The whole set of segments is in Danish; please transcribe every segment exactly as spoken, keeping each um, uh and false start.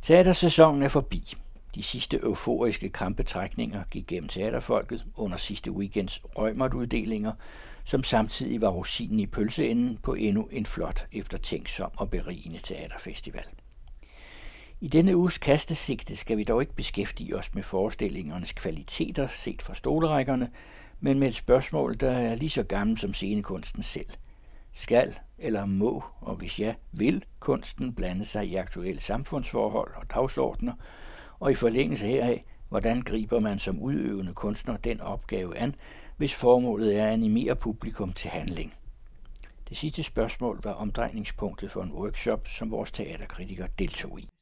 Teatersæsonen er forbi. De sidste euforiske krampetrækninger gik gennem teaterfolket under sidste weekends Reumert-uddelinger, som samtidig var rosinen i pølseenden på endnu en flot, eftertænksom og berigende teaterfestival. I denne uges kastesigte skal vi dog ikke beskæftige os med forestillingernes kvaliteter set fra stolerækkerne, men med et spørgsmål, der er lige så gammelt som scenekunsten selv. Skal eller må, og hvis ja, vil kunsten blande sig i aktuelle samfundsforhold og dagsordner, og i forlængelse heraf, hvordan griber man som udøvende kunstner den opgave an, hvis formålet er at animere publikum til handling. Det sidste spørgsmål var omdrejningspunktet for en workshop, som vores teaterkritiker deltog i.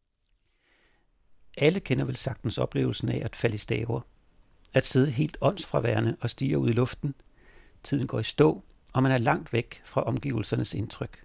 Alle kender vel sagtens oplevelsen af at falde i staver. At sidde helt åndsfraværende og stige ud i luften. Tiden går i stå, og man er langt væk fra omgivelsernes indtryk.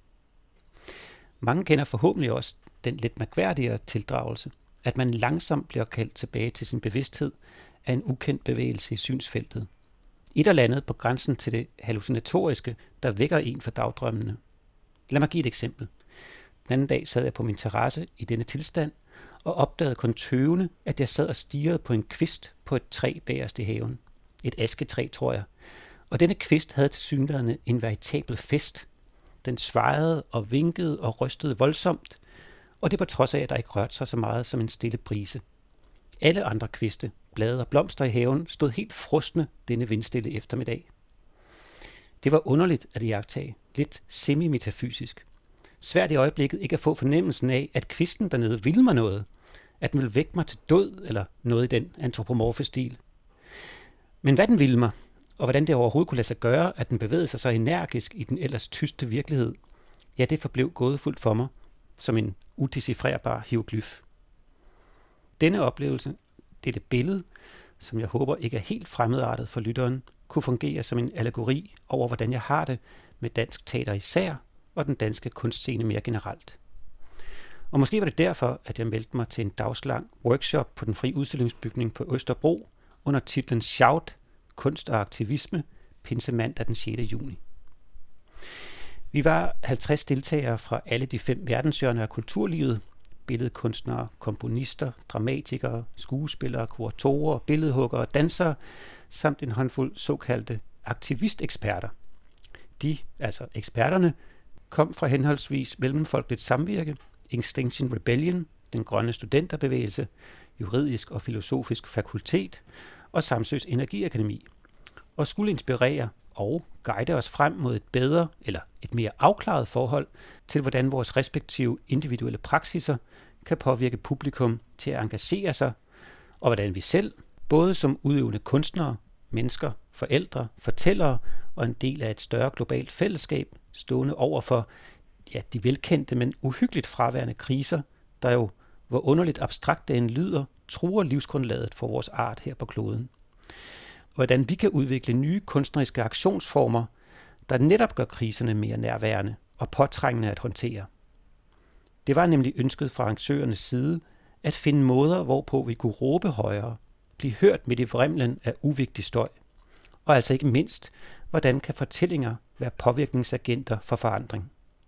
Mange kender forhåbentlig også den lidt mærkværdigere tildragelse, at man langsomt bliver kaldt tilbage til sin bevidsthed af en ukendt bevægelse i synsfeltet. Et eller andet på grænsen til det hallucinatoriske, der vækker en fra dagdrømmene. Lad mig give et eksempel. Den anden dag sad jeg på min terrasse i denne tilstand, og opdagede kun tøvende, at jeg sad og stirrede på en kvist på et træ bagerst i haven. Et asketræ, tror jeg. Og denne kvist havde tilsyneladende en veritabel fest. Den svajede og vinkede og rystede voldsomt, og det på trods af, at der ikke rørte sig så meget som en stille brise. Alle andre kviste, blade og blomster i haven stod helt frosne denne vindstille eftermiddag. Det var underligt at iagttage, lidt semi-metafysisk. Svært i øjeblikket ikke at få fornemmelsen af, at kvisten dernede ville mig noget, at den ville vække mig til død eller noget i den antropomorfe stil. Men hvad den ville mig, og hvordan det overhovedet kunne lade sig gøre, at den bevægede sig så energisk i den ellers tyste virkelighed, ja, det forblev gådefuldt for mig, som en udecifrerbar hieroglyf. Denne oplevelse, dette billede, som jeg håber ikke er helt fremmedartet for lytteren, kunne fungere som en allegori over, hvordan jeg har det med dansk teater især, og den danske kunstscene mere generelt. Og måske var det derfor, at jeg meldte mig til en dagslang workshop på den frie udstillingsbygning på Østerbro under titlen Shout, kunst og aktivisme, pinsemandag den sjette juni. Vi var halvtreds deltagere fra alle de fem verdenshjørner af kulturlivet, billedkunstnere, komponister, dramatikere, skuespillere, kuratorer, billedhuggere, dansere, samt en håndfuld såkaldte aktivisteksperter. De, altså eksperterne, kom fra henholdsvis Mellemfolkeligt Samvirke, Extinction Rebellion, den grønne studenterbevægelse, juridisk og filosofisk fakultet og Samsøs Energiakademi, og skulle inspirere og guide os frem mod et bedre eller et mere afklaret forhold til, hvordan vores respektive individuelle praksiser kan påvirke publikum til at engagere sig, og hvordan vi selv, både som udøvende kunstnere, mennesker, forældre, fortællere og en del af et større globalt fællesskab, stående over for ja, de velkendte, men uhyggeligt fraværende kriser, der jo, hvor underligt abstrakt det end lyder, truer livsgrundlaget for vores art her på kloden. Og hvordan vi kan udvikle nye kunstneriske aktionsformer, der netop gør kriserne mere nærværende og påtrængende at håndtere. Det var nemlig ønsket fra arrangørernes side at finde måder, hvorpå vi kunne råbe højere, blive hørt midt i vrimlen af uvigtig støj. Og altså ikke mindst, hvordan kan fortællinger være påvirkningsagenter for forandring.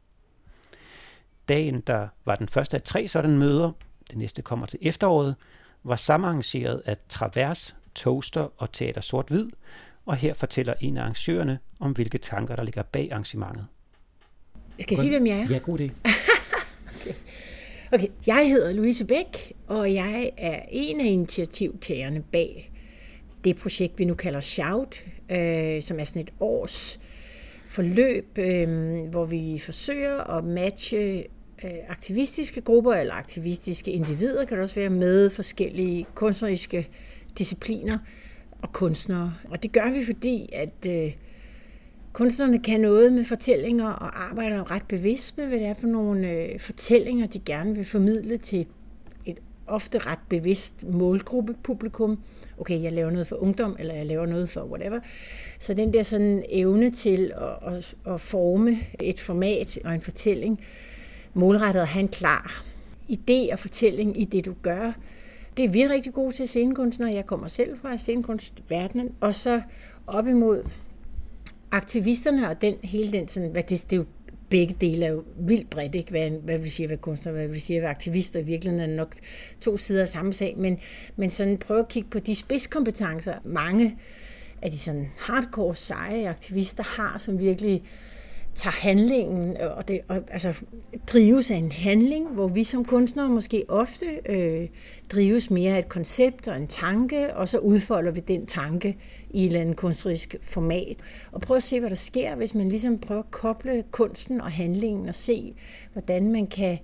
Dagen, der var den første af tre sådan møder, det næste kommer til efteråret, var samarrangeret af Travers, Toaster og Teater Sort-Hvid, og her fortæller en af arrangørerne om, hvilke tanker, der ligger bag arrangementet. Skal jeg sige, hvem jeg er? Ja, god idé. okay. okay, jeg hedder Louise Bæk, og jeg er en af initiativtagerne bag det projekt, vi nu kalder Shout, øh, som er sådan et års forløb, øh, hvor vi forsøger at matche øh, aktivistiske grupper eller aktivistiske individer, kan det også være, med forskellige kunstneriske discipliner og kunstnere. Og det gør vi, fordi at øh, kunstnerne kan noget med fortællinger og arbejder ret bevidst med, hvad det er for nogle øh, fortællinger, de gerne vil formidle til et, et ofte ret bevidst målgruppe publikum. Okay, jeg laver noget for ungdom, eller jeg laver noget for whatever. Så den der sådan evne til at, at, at forme et format og en fortælling, målrettet at have en klar idé og fortælling i det, du gør, det er vi rigtig gode til scenekunstnere. Jeg kommer selv fra scenekunstverdenen. Og så op imod aktivisterne og den, hele den, sådan, hvad det, det er jo begge dele er jo vildt bredt, ikke? Hvad, hvad vil det sige at være kunstner, hvad vil det sige at være aktivister, i virkeligheden er nok to sider af samme sag, men, men sådan prøve at kigge på de spidskompetencer, mange af de sådan hardcore seje aktivister har, som virkelig tager handlingen, og, det, og altså, drives af en handling, hvor vi som kunstnere måske ofte øh, drives mere af et koncept og en tanke, og så udfolder vi den tanke i et eller andet kunstnerisk format. Og prøv at se, hvad der sker, hvis man ligesom prøver at koble kunsten og handlingen og se, hvordan man kan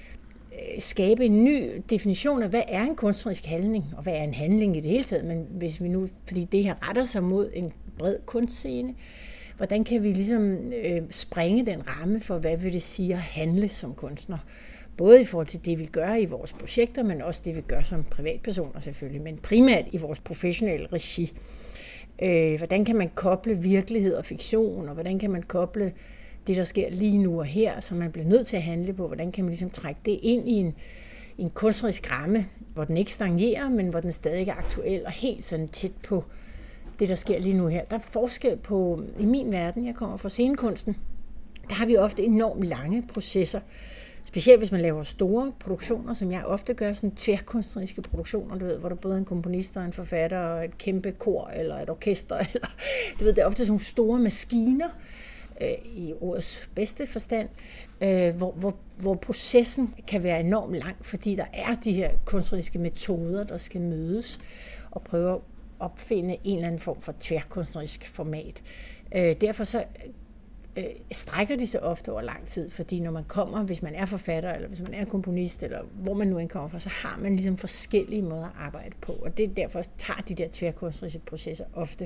øh, skabe en ny definition af, hvad er en kunstnerisk handling, og hvad er en handling i det hele taget. Men hvis vi nu, fordi det her retter sig mod en bred kunstscene, hvordan kan vi ligesom øh, springe den ramme for, hvad vil det sige at handle som kunstner? Både i forhold til det, vi gør i vores projekter, men også det, vi gør som privatpersoner selvfølgelig, men primært i vores professionelle regi. Øh, hvordan kan man koble virkelighed og fiktion, og hvordan kan man koble det, der sker lige nu og her, som man bliver nødt til at handle på? Hvordan kan man ligesom trække det ind i en, i en kunstnerisk ramme, hvor den ikke stagnerer, men hvor den stadig er aktuel og helt sådan tæt på det, der sker lige nu her. Der er forskel på, i min verden, jeg kommer fra scenekunsten, der har vi ofte enormt lange processer. Specielt hvis man laver store produktioner, som jeg ofte gør, sådan tværkunstneriske produktioner, du ved, hvor der både er en komponist og en forfatter og et kæmpe kor eller et orkester. Eller, du ved, det er ofte sådan nogle store maskiner, øh, i ordets bedste forstand, øh, hvor, hvor, hvor processen kan være enormt lang, fordi der er de her kunstneriske metoder, der skal mødes og prøve at opfinde en eller anden form for tværkunstnerisk format. Øh, derfor så øh, strækker de sig ofte over lang tid, fordi når man kommer, hvis man er forfatter, eller hvis man er komponist, eller hvor man nu end kommer fra, så har man ligesom forskellige måder at arbejde på, og det er derfor tager de der tværkunstneriske processer ofte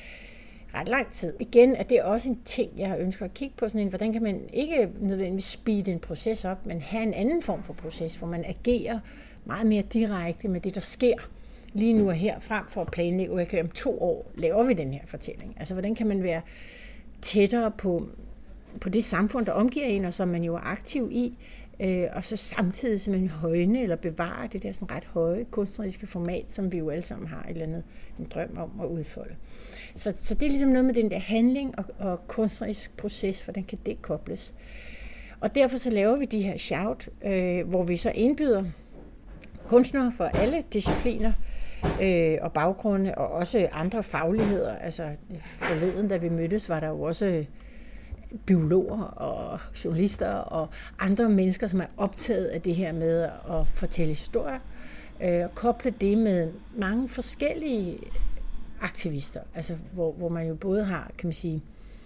ret lang tid. Igen er det også en ting, jeg ønsker at kigge på, sådan en, hvordan kan man ikke nødvendigvis speede en proces op, men have en anden form for proces, hvor man agerer meget mere direkte med det, der sker lige nu og her, frem for at planlægge, okay, om to år laver vi den her fortælling. Altså, hvordan kan man være tættere på, på det samfund, der omgiver en, og som man jo er aktiv i, øh, og så samtidig som man højne eller bevare det der sådan ret høje kunstneriske format, som vi jo alle sammen har et eller andet, en drøm om at udfolde. Så, så det er ligesom noget med den der handling og, og kunstnerisk proces, hvordan kan det kobles. Og derfor så laver vi de her shout, øh, hvor vi så indbyder kunstnere for alle discipliner øh, og baggrunde, og også andre fagligheder. Altså forleden, da vi mødtes, var der jo også biologer og journalister og andre mennesker, som er optaget af det her med at fortælle historier, øh, og koble det med mange forskellige aktivister, altså hvor, hvor man jo både har, kan man sige,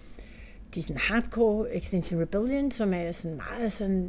de sådan hardcore Extinction Rebellion, som er sådan meget sådan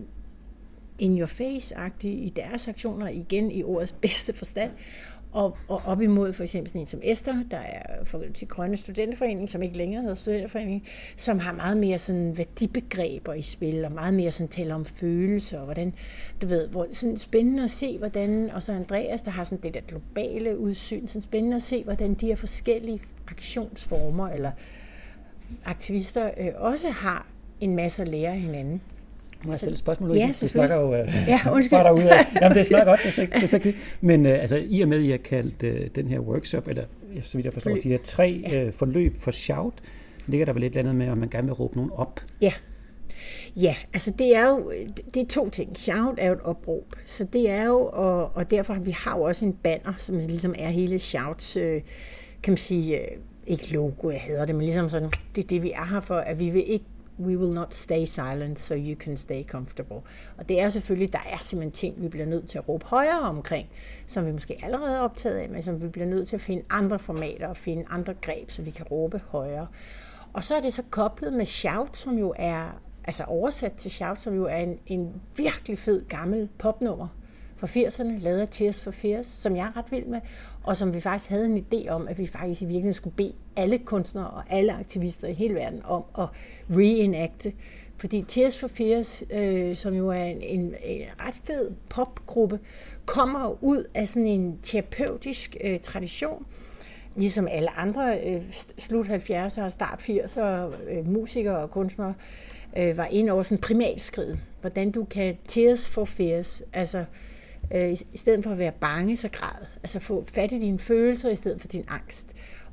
in your face-agtige i deres aktioner, igen i ordets bedste forstand, og, og op imod for eksempel sådan en som Esther, der er for, til Grønne Studenterforening, som ikke længere hedder Studenterforening, som har meget mere sådan værdibegreber i spil, og meget mere sådan taler om følelser, og hvordan, du ved, hvor sådan spændende at se, hvordan, og så Andreas, der har sådan det der globale udsyn, sådan spændende at se, hvordan de her forskellige aktionsformer, eller aktivister, øh, også har en masse at lære af hinanden. Må jeg stille et spørgsmål, Louise? Ja, det snakker jo uh, ja, bare derude af. Jamen, det smager godt, det er slet ikke, det er slet ikke det. Men uh, altså, i og med, at I har kaldt uh, den her workshop, eller så vidt jeg forstår, de her tre ja. uh, forløb for shout, ligger der vel et eller andet med, om man gerne vil råbe nogen op? Ja. Ja, altså det er jo det er to ting. Shout er jo et opråb, så det er jo, og, og derfor vi har jo også en banner, som ligesom er hele Shouts, øh, kan man sige, øh, ikke logo, jeg hedder det, men ligesom sådan, det er det, vi er her for, at vi vil ikke we will not stay silent, so you can stay comfortable. Og det er selvfølgelig, der er simpelthen ting, vi bliver nødt til at råbe højere omkring, som vi måske allerede er optaget af, men som vi bliver nødt til at finde andre formater og finde andre greb, så vi kan råbe højere. Og så er det så koblet med shout, som jo er, altså oversat til shout, som jo er en, en virkelig fed gammel popnummer fra firserne, lavet af Tears for Fears, som jeg er ret vild med, og som vi faktisk havde en idé om, at vi faktisk i virkeligheden skulle bede alle kunstnere og alle aktivister i hele verden om at reenacte. Fordi Tears for Fears, øh, som jo er en, en, en ret fed popgruppe, kommer ud af sådan en terapeutisk øh, tradition, ligesom alle andre øh, slut halvfjerdser og start firser øh, musikere og kunstnere øh, var inde over sådan primalskridt. Hvordan du kan Tears for Fears, altså øh, i stedet for at være bange, så græd. Altså få fat i dine følelser i stedet for din angst.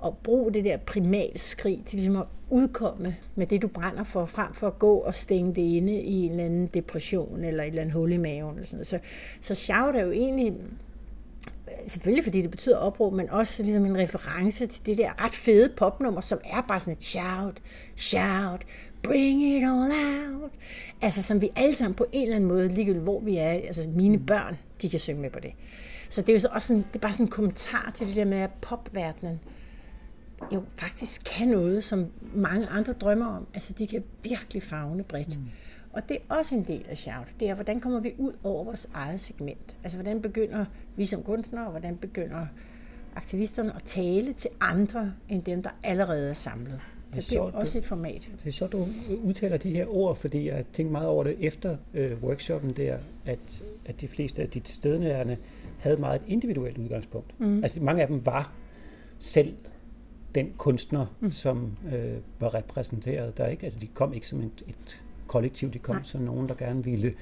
og brug det der primalskrig til ligesom at udkomme med det, du brænder for, frem for at gå og stænge det inde i en eller anden depression eller et eller andet hul i maven. Eller sådan noget. Så, så shout er jo egentlig, selvfølgelig fordi det betyder opråb, men også ligesom en reference til det der ret fede popnummer, som er bare sådan et shout, shout, bring it all out. Altså som vi alle sammen på en eller anden måde, ligegyldigt hvor vi er, altså mine børn, de kan synge med på det. Så det er jo så også sådan, det er bare sådan en kommentar til det der med, at popverdenen jo faktisk kan noget, som mange andre drømmer om. Altså de kan virkelig favne bredt. Mm. Og det er også en del af shout. Det er, hvordan kommer vi ud over vores eget segment? Altså hvordan begynder vi som kunstnere, og hvordan begynder aktivisterne at tale til andre, end dem, der allerede er samlet. Det er, det er sjovt, også et format. Det er sjovt, du udtaler de her ord, fordi jeg tænkte meget over det efter øh, workshoppen der, at, at de fleste af de tilstedeværende havde meget et individuelt udgangspunkt. Mm. Altså mange af dem var selv den kunstner, mm. som øh, var repræsenteret der, ikke? Altså de kom ikke som et, et kollektiv, de kom Nej. som nogen, der gerne ville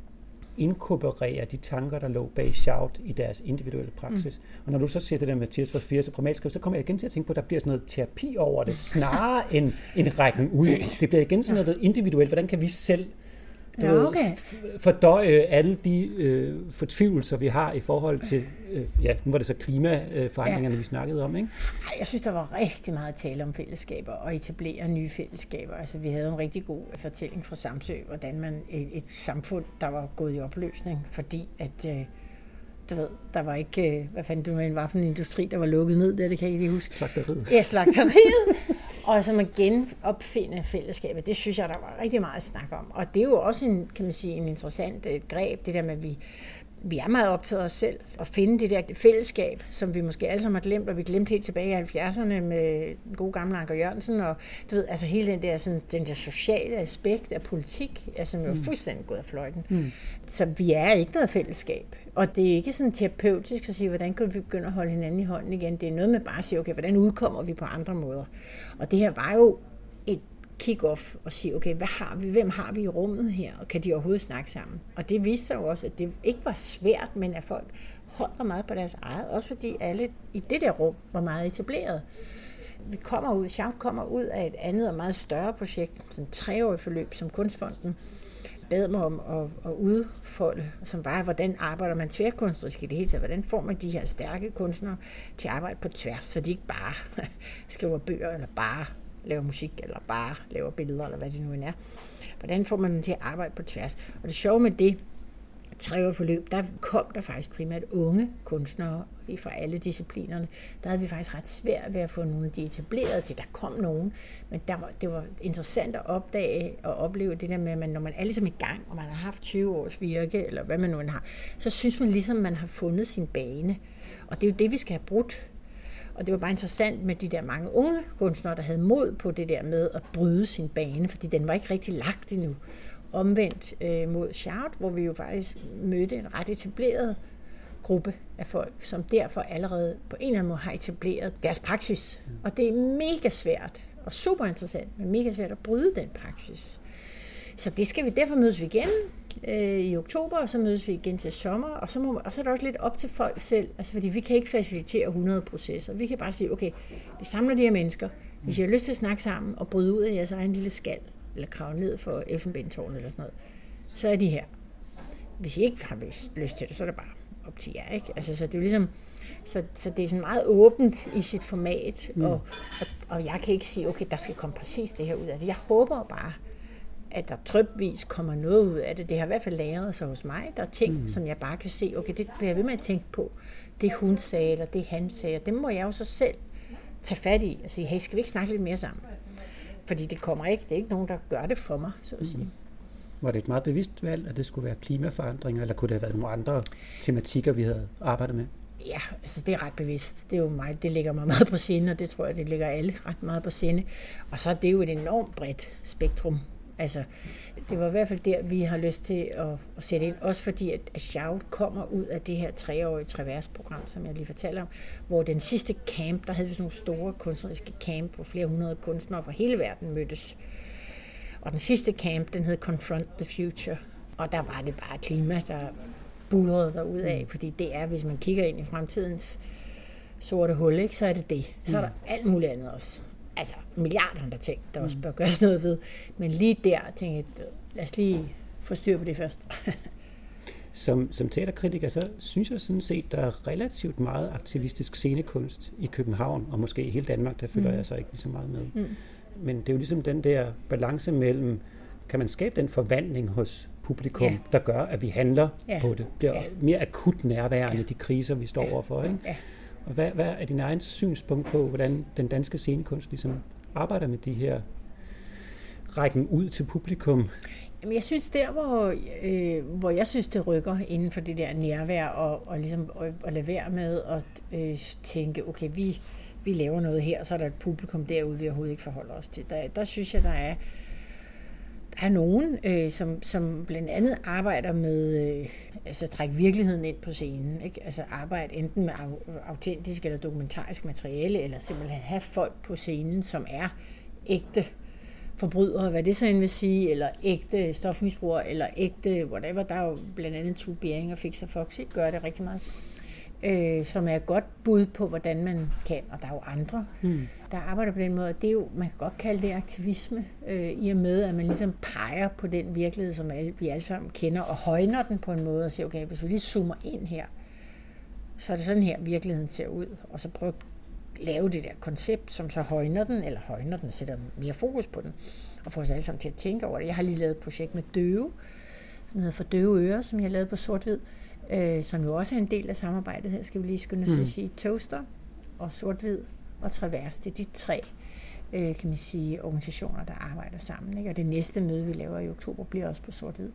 inkorporere de tanker, der lå bag shout i deres individuelle praksis. Mm. Og når du så siger det der med Tears for Fears og primalskrift, så kommer jeg igen til at tænke på, at der bliver sådan noget terapi over det, snarere end en rækken ud. Det bliver igen sådan noget individuelt. Hvordan kan vi selv du ja, okay. ved, fordøje alle de øh, fortvivlelser, vi har i forhold til, øh, ja, nu var det så klimaforandringerne, ja. vi snakkede om, ikke? Ej, jeg synes, der var rigtig meget at tale om fællesskaber og etablere nye fællesskaber. Altså, vi havde en rigtig god fortælling fra Samsø, hvordan man et, et samfund, der var gået i opløsning, fordi at, øh, du ved, der var ikke, øh, hvad fanden du nu, en vaffelindustri, der var lukket ned der, det kan jeg ikke lige huske. Slagteriet. Ja, slagteriet. Og så man genopfinde fællesskabet, det synes jeg, der var rigtig meget at snakke om. Og det er jo også en, kan man sige, en interessant et greb, det der med, at vi, vi er meget optaget af os selv, og finde det der fællesskab, som vi måske alle sammen har glemt, og vi glemte helt tilbage i halvfjerdserne med den gode gamle Anker Jørgensen, og du ved, altså hele den der, sådan, den der sociale aspekt af politik, altså, som jo er fuldstændig gået af fløjten. Mm. Så vi er ikke noget fællesskab. Og det er ikke sådan terapeutisk at sige, hvordan kan vi begynde at holde hinanden i hånden igen. Det er noget med bare at sige, okay, hvordan udkommer vi på andre måder? Og det her var jo et kick-off at sige, okay, hvad har vi, hvem har vi i rummet her, og kan de overhovedet snakke sammen? Og det viste sig jo også, at det ikke var svært, men at folk holder meget på deres eget, også fordi alle i det der rum var meget etableret. Vi kommer ud, Shout kommer ud af et andet og meget større projekt, sådan et treårigt forløb som Kunstfonden, bad mig om at, at udfolde, som var, hvordan arbejder man tværkunstnerisk i det hele taget, hvordan får man de her stærke kunstnere til at arbejde på tværs, så de ikke bare skriver bøger, eller bare laver musik, eller bare laver billeder, eller hvad det nu end er. Hvordan får man dem til at arbejde på tværs? Og det sjove med det treårige forløb, der kom der faktisk primært unge kunstnere fra alle disciplinerne. Der havde vi faktisk ret svært ved at få nogle af de etablerede til. Der kom nogen, men der var, det var interessant at opdage og opleve det der med, at man, når man er ligesom i gang, og man har haft tyve års virke, eller hvad man nu har, så synes man ligesom, man har fundet sin bane. Og det er jo det, vi skal have brudt. Og det var bare interessant med de der mange unge kunstnere, der havde mod på det der med at bryde sin bane, fordi den var ikke rigtig lagt endnu. Omvendt øh, mod Shout, hvor vi jo faktisk mødte en ret etableret gruppe af folk, som derfor allerede på en eller anden måde har etableret deres praksis. Og det er mega svært, og super interessant, men mega svært at bryde den praksis. Så det skal vi, derfor mødes vi igen øh, i oktober, og så mødes vi igen til sommer, og så, må, og så er det også lidt op til folk selv, altså fordi vi kan ikke facilitere hundrede processer. Vi kan bare sige, okay, vi samler de her mennesker, hvis I har lyst til at snakke sammen og bryde ud af jeres egen lille skal, eller kravle ned for Elfenbentårnet eller sådan noget, så er de her. Hvis I ikke har lyst til det, så er det bare op til jer, ikke? Altså, så det er ligesom, så, så det er sådan meget åbent i sit format, mm. og, og, og jeg kan ikke sige, okay, der skal komme præcis det her ud af det. Jeg håber bare, at der drypvis kommer noget ud af det. Det har i hvert fald lagret sig hos mig. Der er ting, mm. som jeg bare kan se, okay, det bliver jeg ved med at tænke på. Det hun sagde, eller det han sagde, det må jeg jo så selv tage fat i og sige, hey, skal vi ikke snakke lidt mere sammen? Fordi det kommer ikke, det er ikke nogen, der gør det for mig, så at sige. Mm. Var det et meget bevidst valg, at det skulle være klimaforandringer, eller kunne det have været nogle andre tematikker, vi havde arbejdet med? Ja, altså det er ret bevidst. Det er jo mig, det ligger mig meget på sinde, og det tror jeg, det ligger alle ret meget på sinde. Og så er det jo et enormt bredt spektrum. Altså, det var i hvert fald der, vi har lyst til at, at sætte ind. Også fordi, at Shout kommer ud af det her treårige Travers-program, som jeg lige fortalte om, hvor den sidste camp, der havde vi sådan nogle store kunstneriske camp, hvor flere hundrede kunstnere fra hele verden mødtes. Og den sidste camp, den hed Confront the Future. Og der var det bare klima, der bulrede derud af, fordi det er, hvis man kigger ind i fremtidens sorte hul, ikke? Så er det det. Så er der alt muligt andet også. Altså milliarder andre ting, der også bør gøres noget ved. Men lige der tænkte jeg, lad os lige få styr på det først. Som, som teaterkritiker, så synes jeg sådan set, der er relativt meget aktivistisk scenekunst i København, og måske i hele Danmark, der følger mm. jeg så ikke lige så meget med. Mm. Men det er jo ligesom den der balance mellem, kan man skabe den forvandling hos publikum, ja. Der gør, at vi handler ja. På det. Bliver ja. Mere akut nærværende, ja. De kriser, vi står ja. Overfor. Ikke? Ja. Og hvad, hvad er din egen synspunkt på, hvordan den danske scenekunst ligesom arbejder med de her rækken ud til publikum? Jamen, jeg synes der, hvor, øh, hvor jeg synes, det rykker inden for det der nærvær, og, og ligesom at, at lade være med at øh, tænke, okay, vi, vi laver noget her, og så er der et publikum derude, vi overhovedet ikke forholder os til. Der, der synes jeg, der er, der er nogen, øh, som, som blandt andet arbejder med øh, altså at trække virkeligheden ind på scenen. Ikke? Altså arbejde enten med autentisk eller dokumentarisk materiale, eller simpelthen have folk på scenen, som er ægte forbrydere, hvad det så end vil sige, eller ægte stofmisbrugere, eller ægte whatever. Der er jo blandt andet Tue Bering og Fixer Foxy, gør det rigtig meget, øh, som er et godt bud på, hvordan man kan, og der er jo andre, mm. der arbejder på den måde, og det er jo, man kan godt kalde det aktivisme, øh, i og med, at man ligesom peger på den virkelighed, som alle, vi alle sammen kender, og højner den på en måde, og siger, okay, hvis vi lige zoomer ind her, så er det sådan her, virkeligheden ser ud, og så prøv lave det der koncept, som så højner den, eller højner den, sætter mere fokus på den, og får os alle sammen til at tænke over det. Jeg har lige lavet et projekt med døve, som hedder For Døve Ører, som jeg lavede på Sort-Hvid, øh, som jo også er en del af samarbejdet her, skal vi lige skynde os mm. at sige. Toaster og Sort-Hvid og Travers, det er de tre, øh, kan man sige, organisationer, der arbejder sammen. Ikke? Og det næste møde, vi laver i oktober, bliver også på Sort-Hvid.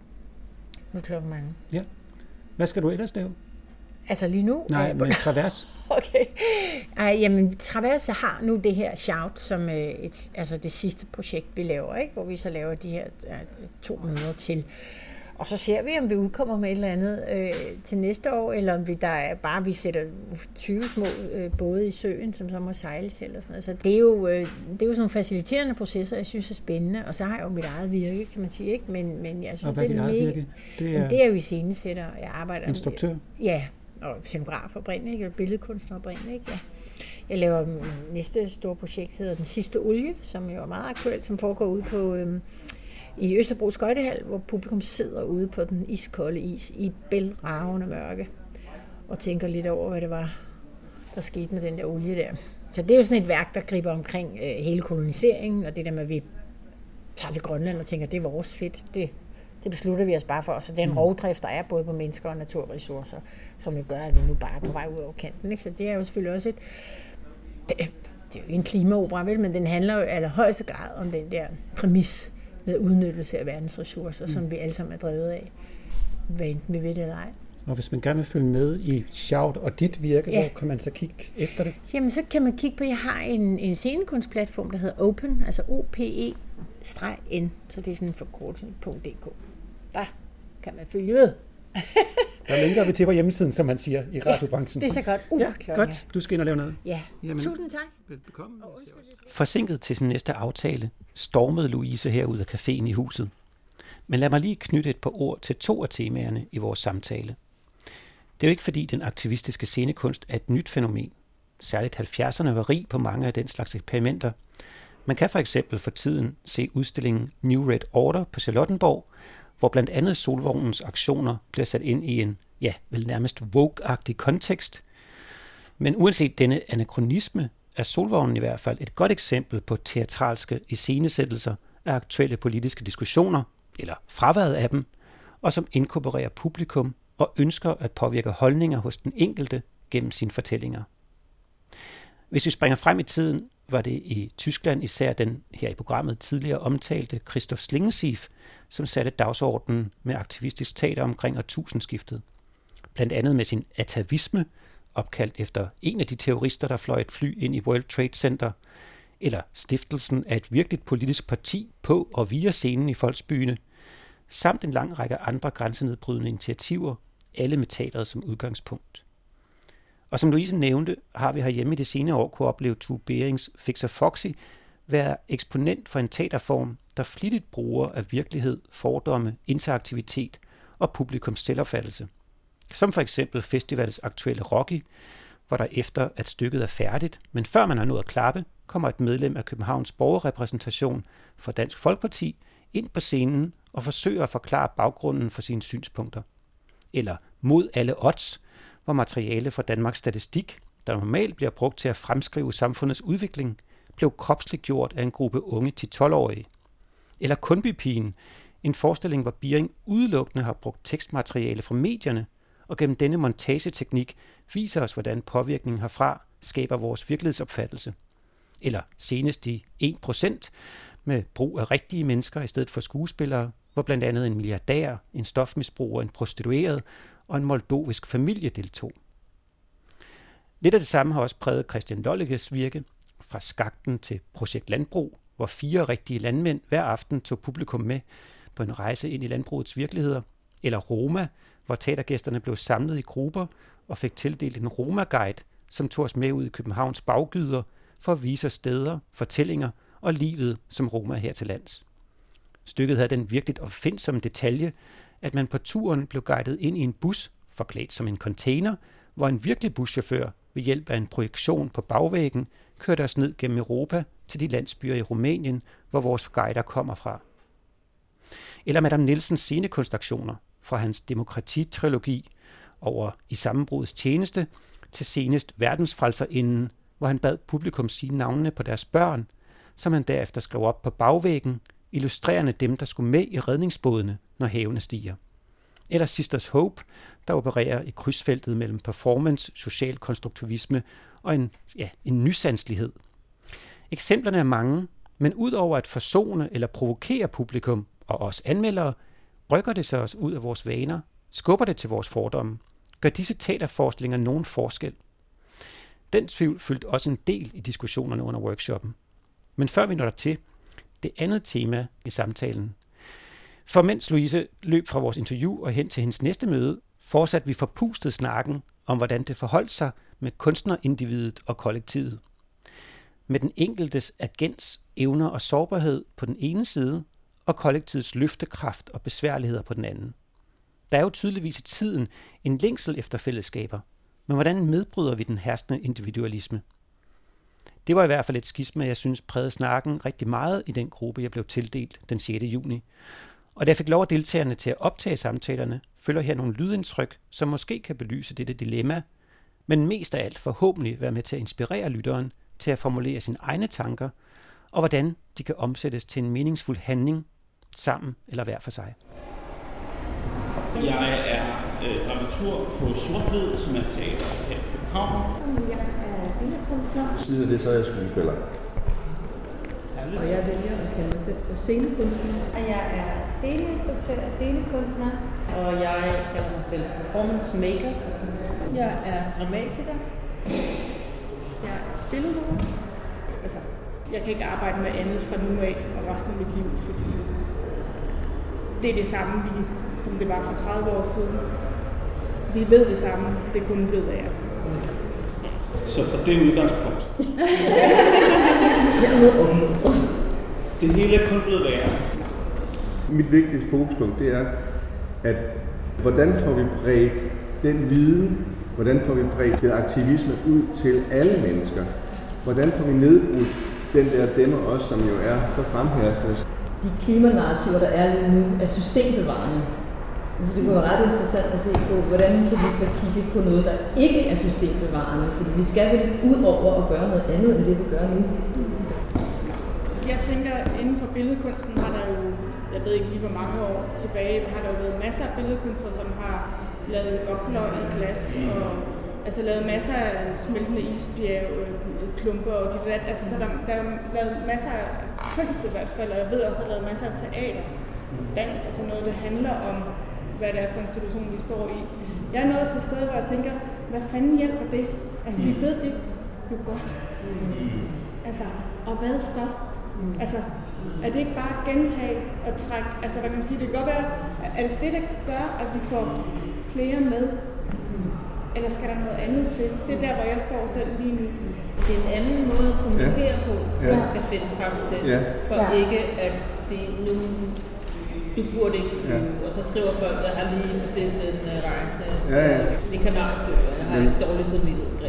Nu klokken mange. Ja. Hvad skal du ellers lave? Altså lige nu? Nej, men Travers. Okay. Ej, jamen, Travers har nu det her Shout, som øh, et, altså det sidste projekt, vi laver, ikke? Hvor vi så laver de her øh, to møder til. Og så ser vi, om vi udkommer med et eller andet øh, til næste år, eller om vi der er bare vi sætter tyve små øh, både i søen, som så må sejles eller sådan noget. Så det er jo, øh, det er jo sådan nogle faciliterende processer, jeg synes er spændende. Og så har jeg jo mit eget virke, kan man sige, ikke? Men, men jeg synes, og hvad det er eget mega, virke? Det er, det er jo iscenesætter, jeg arbejder instruktør? Med, ja, og scenograf oprindeligt, ikke? Og billedkunstner oprindeligt, ikke? Ja. Jeg laver næste store projekt, hedder Den Sidste Olie, som jo er meget aktuelt, som foregår ude på øhm, i Østerbro Skøjtehal, hvor publikum sidder ude på den iskolde is i bælragende mørke og tænker lidt over, hvad det var, der skete med den der olie der. Så det er jo sådan et værk, der griber omkring øh, hele koloniseringen, og det der med, at vi tager til Grønland og tænker, det er vores fedt, det Det beslutter vi os bare for. Så den mm. rovdrift, der er både på mennesker og naturressourcer, som jo gør, at vi nu bare er på vej ud over kanten. Ikke? Så det er jo selvfølgelig også et... Det, det er jo en klimaopera, vel? Men den handler jo i allerhøjeste grad om den der præmis med udnyttelse af verdens ressourcer, mm. som vi alle sammen er drevet af, hvad enten vi ved det eller ej. Og hvis man gerne vil følge med i Shout og dit virke, ja. Hvor kan man så kigge efter det? Jamen, så kan man kigge på, jeg har en, en scenekunstplatform, der hedder Open, altså O P E N, så det er sådan en forkortelse på D K. Der kan man følge med. Der linker vi til på hjemmesiden, som man siger i radiobranchen. Ja, det er så godt. Uh, ja, godt. Du skal ind og lave noget. Ja, jamen, tusind tak. Velkommen. Forsinket til sin næste aftale stormede Louise herud af caféen i huset. Men lad mig lige knytte et par ord til to af temaerne i vores samtale. Det er jo ikke fordi, den aktivistiske scenekunst er et nyt fænomen. Særligt halvfjerdserne var rig på mange af den slags eksperimenter. Man kan for eksempel for tiden se udstillingen New Red Order på Charlottenborg, hvor blandt andet Solvognens aktioner bliver sat ind i en, ja, vel nærmest woke-agtig kontekst. Men uanset denne anakronisme, er Solvognen i hvert fald et godt eksempel på teatralske iscenesættelser af aktuelle politiske diskussioner, eller fraværet af dem, og som inkorporerer publikum og ønsker at påvirke holdninger hos den enkelte gennem sine fortællinger. Hvis vi springer frem i tiden, var det i Tyskland især den her i programmet tidligere omtalte Christoph Schlingensief, som satte dagsordenen med aktivistisk teater omkring årtusindskiftet. Blandt andet med sin atavisme, opkaldt efter en af de terrorister, der fløj et fly ind i World Trade Center, eller stiftelsen af et virkeligt politisk parti på og via scenen i Folksbyene, samt en lang række andre grænsenedbrydende initiativer, alle med teateret som udgangspunkt. Og som Louise nævnte, har vi herhjemme i det senere år kunne opleve Tue Berings Fixer Foxy være eksponent for en teaterform, der flittigt bruger af virkelighed, fordomme, interaktivitet og publikums selvopfattelse. Som for eksempel festivals aktuelle Rocky, hvor der efter, at stykket er færdigt, men før man har nået at klappe, kommer et medlem af Københavns borgerrepræsentation for Dansk Folkeparti ind på scenen og forsøger at forklare baggrunden for sine synspunkter. Eller Mod alle odds, hvor materiale fra Danmarks Statistik, der normalt bliver brugt til at fremskrive samfundets udvikling, blev kropsligt gjort af en gruppe unge ti til tolv-årige. Eller Kundbypigen, en forestilling, hvor Biering udelukkende har brugt tekstmateriale fra medierne, og gennem denne montageteknik viser os, hvordan påvirkningen herfra skaber vores virkelighedsopfattelse. Eller senest i en procent med brug af rigtige mennesker i stedet for skuespillere, hvor blandt andet en milliardær, en stofmisbruger, en prostitueret og en moldovisk familie deltog. Lidt af det samme har også præget Christian Lollekes virke, fra Skakten til Projekt Landbrug, hvor fire rigtige landmænd hver aften tog publikum med på en rejse ind i landbrugets virkeligheder, eller Roma, hvor teatergæsterne blev samlet i grupper og fik tildelt en Roma-guide, som tog os med ud i Københavns baggyder for at vise os steder, fortællinger og livet som Roma her til lands. Stykket havde den virkelig opfindsomme detalje, at man på turen blev guidet ind i en bus, forklædt som en container, hvor en virkelig buschauffør ved hjælp af en projektion på bagvæggen kørte os ned gennem Europa til de landsbyer i Rumænien, hvor vores guider kommer fra. Eller Madame Nielsens scenekonstruktioner, fra hans demokratitrilogi over I sammenbrudets tjeneste til senest Verdensfrelserinden, hvor han bad publikum sige navnene på deres børn, som han derefter skrev op på bagvæggen, illustrerende dem, der skulle med i redningsbådene, når havene stiger. Eller Sisters Hope, der opererer i krydsfeltet mellem performance, social konstruktivisme og en, ja, en nysandslighed. Eksemplerne er mange, men udover at forsone eller provokere publikum og os anmeldere, rykker det sig os ud af vores vaner, skubber det til vores fordomme, gør disse teaterforestillinger nogen forskel. Den tvivl fyldte også en del i diskussionerne under workshoppen. Men før vi når dertil, det andet tema i samtalen. For mens Louise løb fra vores interview og hen til hendes næste møde, fortsatte vi forpustet snakken om, hvordan det forholdt sig med kunstnerindividet og kollektivet. Med den enkeltes agens, evner og sårbarhed på den ene side, og kollektivets løftekraft og besværligheder på den anden. Der er jo tydeligvis i tiden en længsel efter fællesskaber, men hvordan nedbryder vi den herskende individualisme? Det var i hvert fald et skisma, jeg synes prægede snakken rigtig meget i den gruppe, jeg blev tildelt den sjette juni. Og da jeg fik lov af deltagerne til at optage samtalerne, følger her nogle lydindtryk, som måske kan belyse dette dilemma, men mest af alt forhåbentlig være med til at inspirere lytteren til at formulere sine egne tanker, og hvordan de kan omsættes til en meningsfuld handling, sammen eller hver for sig. Jeg er øh, dramaturg på Sort-Hvid, som er teater her i København. Jeg er billedkunstner. Siden af det, så er jeg skuespiller. Og jeg vælger at kalde mig selv for scenekunstner. Og jeg er sceneinstruktør og scenekunstner. Og jeg kalder mig selv performance maker. Jeg er dramatiker. Jeg er billedhuggere. Altså, jeg kan ikke arbejde med andet fra nu af og resten af mit liv, fordi det er det samme, som det var for tredive år siden. Vi ved det samme, det er kun blevet værre. Så fra det udgangspunkt. Det hele er kun blevet værre. Mit vigtigste fokuspunkt, det er, at hvordan får vi bredt den viden, hvordan får vi bredt den aktivisme ud til alle mennesker? Hvordan får vi nedbrudt den der dem og os, som jo er så fremherskende? De klimanarrativer, der er lige nu, er systembevarende. Så det kunne være ret interessant at se på, hvordan kan vi så kigge på noget, der ikke er systembevarende. Fordi vi skal vel ud over at gøre noget andet, end det vi gør nu. Jeg tænker, inden for billedkunsten har der jo, jeg ved ikke lige hvor mange år tilbage, har der jo været masser af billedkunstnere, som har lavet gobler i glas, og altså lavet masser af smeltende isbjerg, klumper og dit ret. Altså, så der, der er lavet masser af kunst i hvert fald, og jeg ved også, at der er lavet masser af teater, dans og sådan noget, det handler om, hvad det er for en situation, vi står i. Jeg er nået til et sted, hvor jeg tænker, hvad fanden hjælper det? Altså, vi ved det jo godt. Altså, og hvad så? Altså, er det ikke bare at gentage og trække, altså hvad kan man sige, det kan godt være, er det det, der gør, at vi får flere med? Eller skal der noget andet til? Det er der, hvor jeg står selv lige nu. Det er en anden måde at kommunikere ja. på, ja. man skal finde frem til, ja. for ja. ikke at sige, nu du burde ikke flyve, ja. og så skriver folk, jeg har lige bestilt en rejse til ja, ja. de kanariske øer, jeg har en dårlig formidlet, Greta.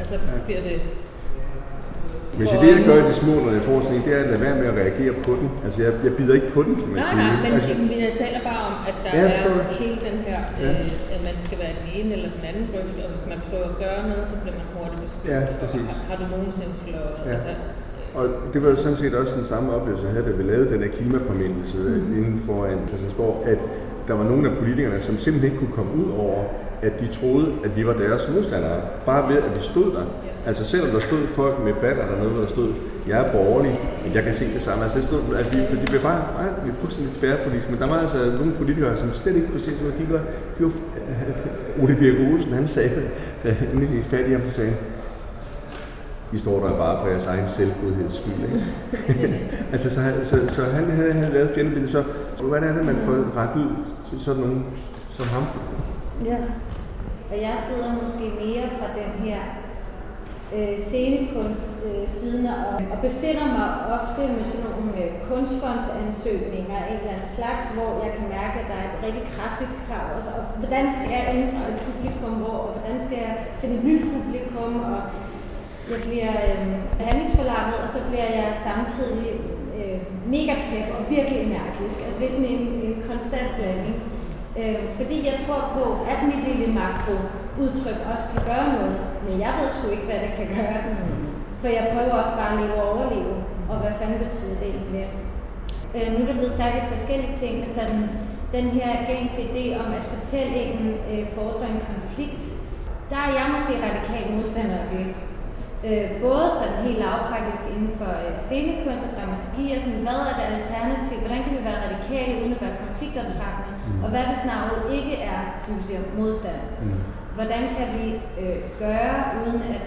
så bliver det... Men så det, jeg gør i de små, når jeg får sådan en, det er at lade være med at reagere på den. Altså, jeg, jeg bider ikke på den, kan man nej, sige. Nej, men, altså, men jeg taler bare om, at der ja, er hele den her, ja. øh, at man skal være den ene eller den anden grøft, og hvis man prøver at gøre noget, så bliver man hurtigt beskyldt. Ja, præcis. Har, har du nogensinde flået? Ja. Altså, og det var jo sådan set også den samme oplevelse, jeg havde, da vi lavede den her klimapåmindelse mm-hmm. inden for en Christiansborg, at der var nogle af politikerne, som simpelthen ikke kunne komme ud over, at de troede, at vi var deres modstandere. Bare ved, at vi stod der. Altså selvom der stod folk med batter dernede, hvor der stod, jeg er borgerlig, men jeg kan se det samme. Altså det stod, at vi, for de blev bare, nej, vi er fuldstændig færre politisk, men der var altså nogle politikere, som slet ikke kunne se, at de var, de var Ole Birk Olesen, han sagde det, da han lige fat i ham, så sagde I står der bare for jeres egen selvgodheds skyld, ikke? altså så, så, så han havde, havde lavet fjendebillede, så, så hvad er det, man får ret ud til sådan nogen som ham? Ja, og jeg sidder måske mere fra den her øh, scenekunst-siden øh, og, og befinder mig ofte med sådan nogle øh, kunstfondsansøgninger af en eller anden slags, hvor jeg kan mærke, at der er et rigtig kraftigt krav. Altså, og hvordan skal jeg ændre et publikum, hvor, og hvordan skal jeg finde et nyt publikum, og jeg bliver øh, handlingsforlammet, og så bliver jeg samtidig øh, mega pep og virkelig energisk. Altså det er sådan en, en konstant blanding. Øh, fordi jeg tror på, at mit lille makro-udtryk også kan gøre noget, men jeg ved sgu ikke, hvad det kan gøre. For jeg prøver også bare at leve og overleve, og hvad fanden betyder det egentlig? Øh, nu er der blevet sagt i forskellige ting, sådan den her gængse idé om, at fortællingen øh, fordrer en konflikt. Der er jeg måske radikal modstander af det. Øh, både sådan helt lavpraktisk inden for øh, scenekunst og dramaturgi, og sådan, hvad er det alternativ? Hvordan kan vi være radikale uden at være konfliktoptrappende? Mm. Og hvad hvis navnet ikke er, som du siger, modstand? Mm. Hvordan kan vi øh, gøre uden at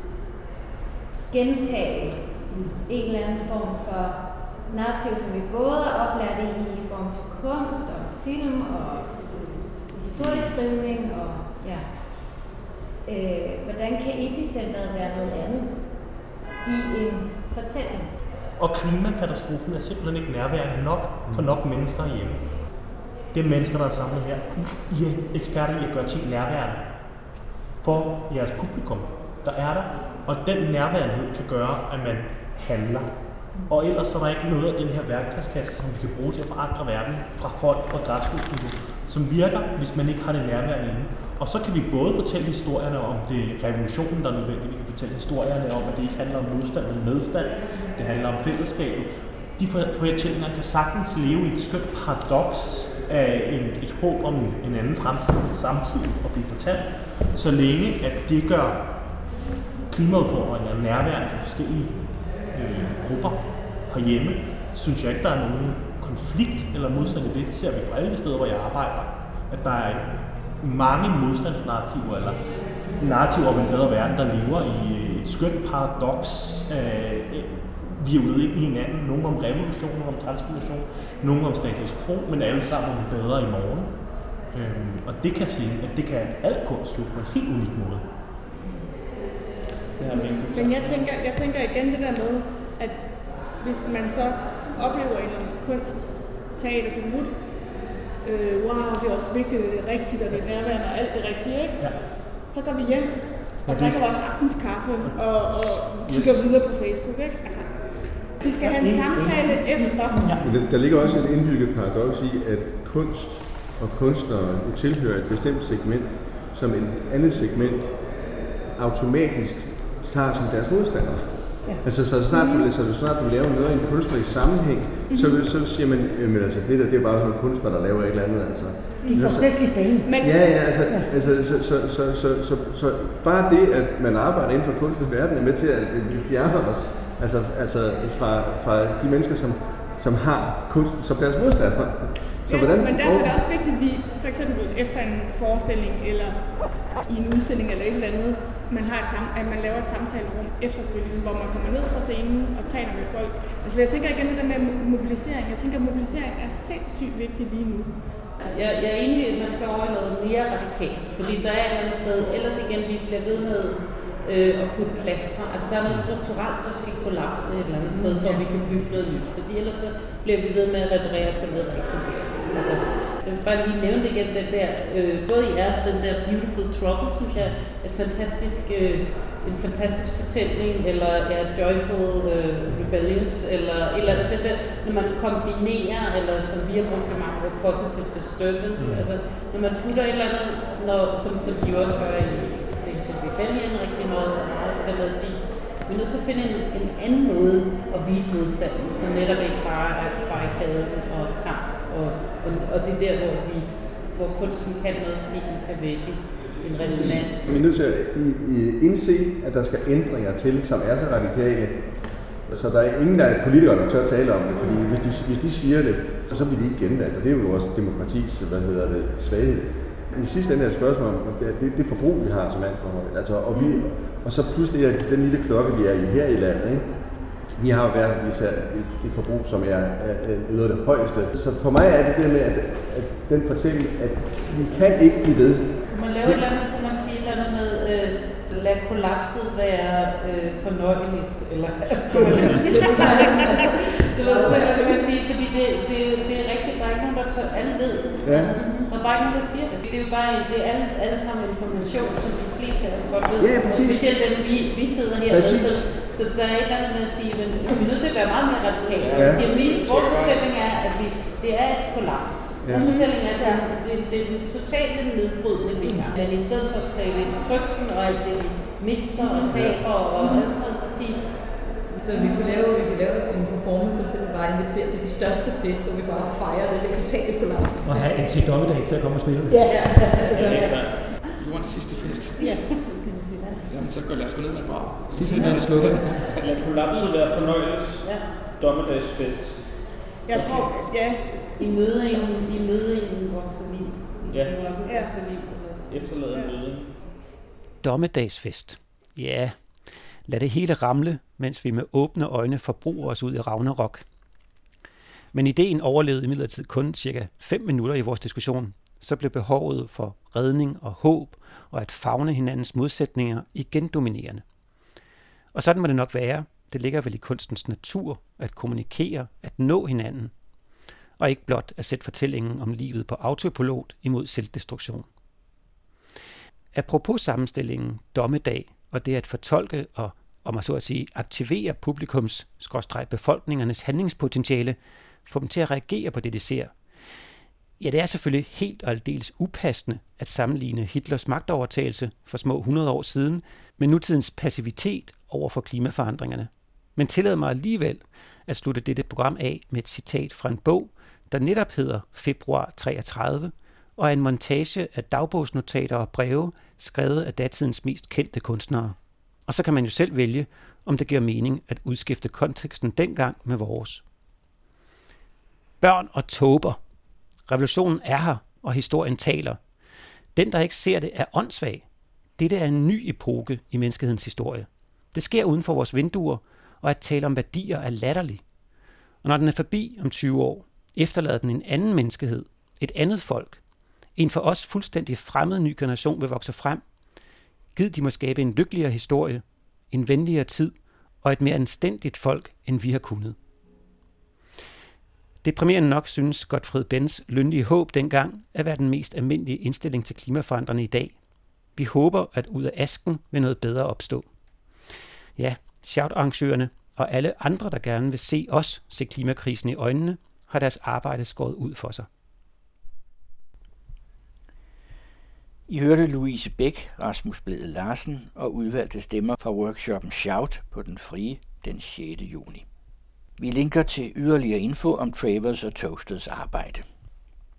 gentage en eller anden form for narrativ, som vi både er oplært i i form til kunst og film og historieskrivning og ja. Øh, hvordan kan epicentret være noget andet i en fortælling? Og klimakatastrofen er simpelthen ikke nærværende nok for nok mennesker hjemme. Det er mennesker, der er samlet her. I er eksperter i at gøre ting nærværende for jeres publikum, der er der. Og den nærværenhed kan gøre, at man handler. Og ellers så er der ikke noget af den her værktøjskasse, som vi kan bruge til at forandre verden fra folk på græsrodsniveau, som virker, hvis man ikke har det nærværende inde. Og så kan vi både fortælle historierne om det revolutionen, der er nødvendig. Vi kan fortælle historierne om, at det ikke handler om modstand, men medstand. Det handler om fællesskabet. De fortællinger kan sagtens leve i et skønt paradoks af en, et håb om en anden fremtid samtidig at blive fortalt, så længe at det gør klimaudfordringer nærværende for forskellige øh, grupper herhjemme, synes jeg ikke, der er nogen konflikt eller modstand i det. Det ser vi på alle de steder, hvor jeg arbejder, at der er mange modstandsnarrativer, eller narrativer om en bedre verden, der lever i et skønt paradoks. Øh, vi er ude ind i hinanden. Nogle om revolution, nogle om transformation, nogle om status quo, men alle sammen om bedre i morgen. Øh, og det kan sige, at det kan alt kunst jo på en helt unik måde. Det men jeg tænker, jeg tænker igen det der med, at hvis man så oplever en eller anden kunst, teater, debut, øh, wow, det er også vigtigt, det er rigtigt, og det er nærværende, og alt det rigtige, ikke? Ja. Så går vi hjem og drikker vores aftenskaffe og, og kigger yes. videre på Facebook, ikke? Altså, vi skal have en samtale efter. Ja. Der, der ligger også et indbygget paradoks i, at kunst og kunstnere tilhører et bestemt segment, som et andet segment automatisk tager som deres modstandere. Ja. Altså, så snart du, så snart du laver noget i en kunstnerisk sammenhæng, mm-hmm. så, så siger man, men altså, det der, det er bare sådan en kunstner, der laver et eller andet, altså. De får flæskeligt penge. Ja, ja, altså, ja. altså så, så, så, så, så, så, bare det, at man arbejder inden for kunstens verden, er med til, at vi fjerner os altså, altså fra, fra de mennesker, som, som har kunsten som deres modstandere. Så ja, hvordan, men derfor er det også vigtigt, at vi for eksempel efter en forestilling, eller i en udstilling, eller et eller andet, man har et sam- at man laver et samtalerum efterfølgende, hvor man kommer ned fra scenen og taler med folk. Altså jeg tænker igen det der med mobilisering. Jeg tænker, at mobilisering er sindssygt vigtigt lige nu. Jeg, jeg er enig i, at man skal over i noget mere radikalt, fordi der er et eller andet sted, ellers igen, vi bliver ved med øh, at putte plaster. Altså der er noget strukturelt, der skal kollapse et eller andet sted, for at vi kan bygge noget nyt, fordi ellers så bliver vi ved med at reparere på noget, der ikke fungerer. Altså, Jeg vil bare lige nævne det igen, den der, øh, både i jeres, den der Beautiful Trouble, synes jeg, et fantastisk, øh, en fantastisk fortælling, eller ja, Joyful øh, Rebellious, eller et eller andet, det der, når man kombinerer, eller som vi har brugt det mange, Positive Disturbance, mm. altså når man putter et eller andet, når, som, som de også gør i Extinction Rebellion rigtig meget, hvad vil jeg sige, vi er nødt til at finde en, en anden måde at vise modstanden, så netop ikke bare er barrikaden og kamp, og, og, og det er der, hvor, vi, hvor kunsten kan noget, fordi den kan vække en resonans. Vi er nødt til at indse, at der skal ændringer til, som er så radikale, så der er ingen, der er politikere, der tør tale om det, fordi hvis de, hvis de siger det, så, så bliver de ikke genvalgt, og det er jo også demokratis, hvad hedder det, svaghed. I sidste ende er det et spørgsmål om det, det, det forbrug, vi har som landforhold. Altså, og, vi, og så pludselig er den lille klokke, vi er i her i landet, ikke? Vi har jo været især et, et forbrug, som er, er, er noget af det højeste. Så for mig er det det med, at, at den fortælling, at vi kan ikke blive ved. Kunne man lave et eller andet, så kunne man sige et eller andet med, øh, lad kollapset være øh, fornøjeligt, eller altså, kunne man lave det? Altså, det var sådan, at man sige, fordi det, det, det er rigtigt, der er ikke nogen, der tør, alle ved. Ja. Altså, der er bare ikke nogen, der siger det. Det er jo bare, det er alle, alle sammen information, som de fleste af os godt ved. Ja, præcis. Specielt dem, vi, vi sidder her med, så, så der er et eller andet med at sige, men vi er nødt til at være meget mere radikale. Ja. Vi siger, min, vores fortælling er, at vi, det er et kollaps. Ja. Vores fortælling er, at det, det, det er den totale nedbrydende vinger. Men i stedet for at tale ind frygten og alt det, vi mister og taber og alt sådan noget, så sige, så vi kunne lave, vi kunne lave en performance, som simpelthen bare inviterer til de største fester, hvor vi bare fejrer det totale kollaps. Og have en til dommedag til at komme og spille. Ja, ja. Altså, Nu er den sidste fest. Ja. Jamen, så går lad os gå ned med bra. Sidste gang slukker. Lad kollapset være fornøjeligt. Ja. Dommedagsfest. Jeg tror, ja. I mødingen, i mødingen vokser vi. Ja. Ja. Efterlader en møde. Dommedagsfest. Ja, lad det hele ramle, mens vi med åbne øjne forbruger os ud i Ragnarok. Men ideen overlevede imidlertid kun cirka fem minutter i vores diskussion. Så blev behovet for redning og håb og at favne hinandens modsætninger igen dominerende. Og sådan må det nok være. Det ligger vel i kunstens natur at kommunikere, at nå hinanden, og ikke blot at sætte fortællingen om livet på autopilot imod selvdestruktion. Apropos sammenstillingen dommedag og det at fortolke og, om man så at sige, aktivere publikums skråstreg befolkningernes handlingspotentiale, få dem til at reagere på det, de ser. Ja, det er selvfølgelig helt og aldeles upassende at sammenligne Hitlers magtovertagelse for små hundrede år siden med nutidens passivitet over for klimaforandringerne. Men tillad mig alligevel at slutte dette program af med et citat fra en bog, der netop hedder Februar treogtredive, og er en montage af dagbogsnotater og breve, skrevet af datidens mest kendte kunstnere. Og så kan man jo selv vælge, om det giver mening at udskifte konteksten dengang med vores. Børn og tåber. Revolutionen er her, og historien taler. Den, der ikke ser det, er åndssvag. Dette er en ny epoke i menneskehedens historie. Det sker uden for vores vinduer, og at tale om værdier er latterlig. Og når den er forbi om tyve år, efterlader den en anden menneskehed, et andet folk. En for os fuldstændig fremmed ny generation vil vokse frem. Gid de må skabe en lykkeligere historie, en venligere tid og et mere anstændigt folk, end vi har kunnet. Deprimerende nok synes Gottfried Benns lønlige håb dengang at være den mest almindelige indstilling til klimaforandrerne i dag. Vi håber, at ud af asken vil noget bedre opstå. Ja, shout-arrangørerne og alle andre, der gerne vil se os se klimakrisen i øjnene, har deres arbejde skåret ud for sig. I hørte Louise Bech, Rasmus Blædel Larsen og udvalgte stemmer fra workshoppen Shout på Den Frie den sjette juni. Vi linker til yderligere info om Travers og Toasteds arbejde.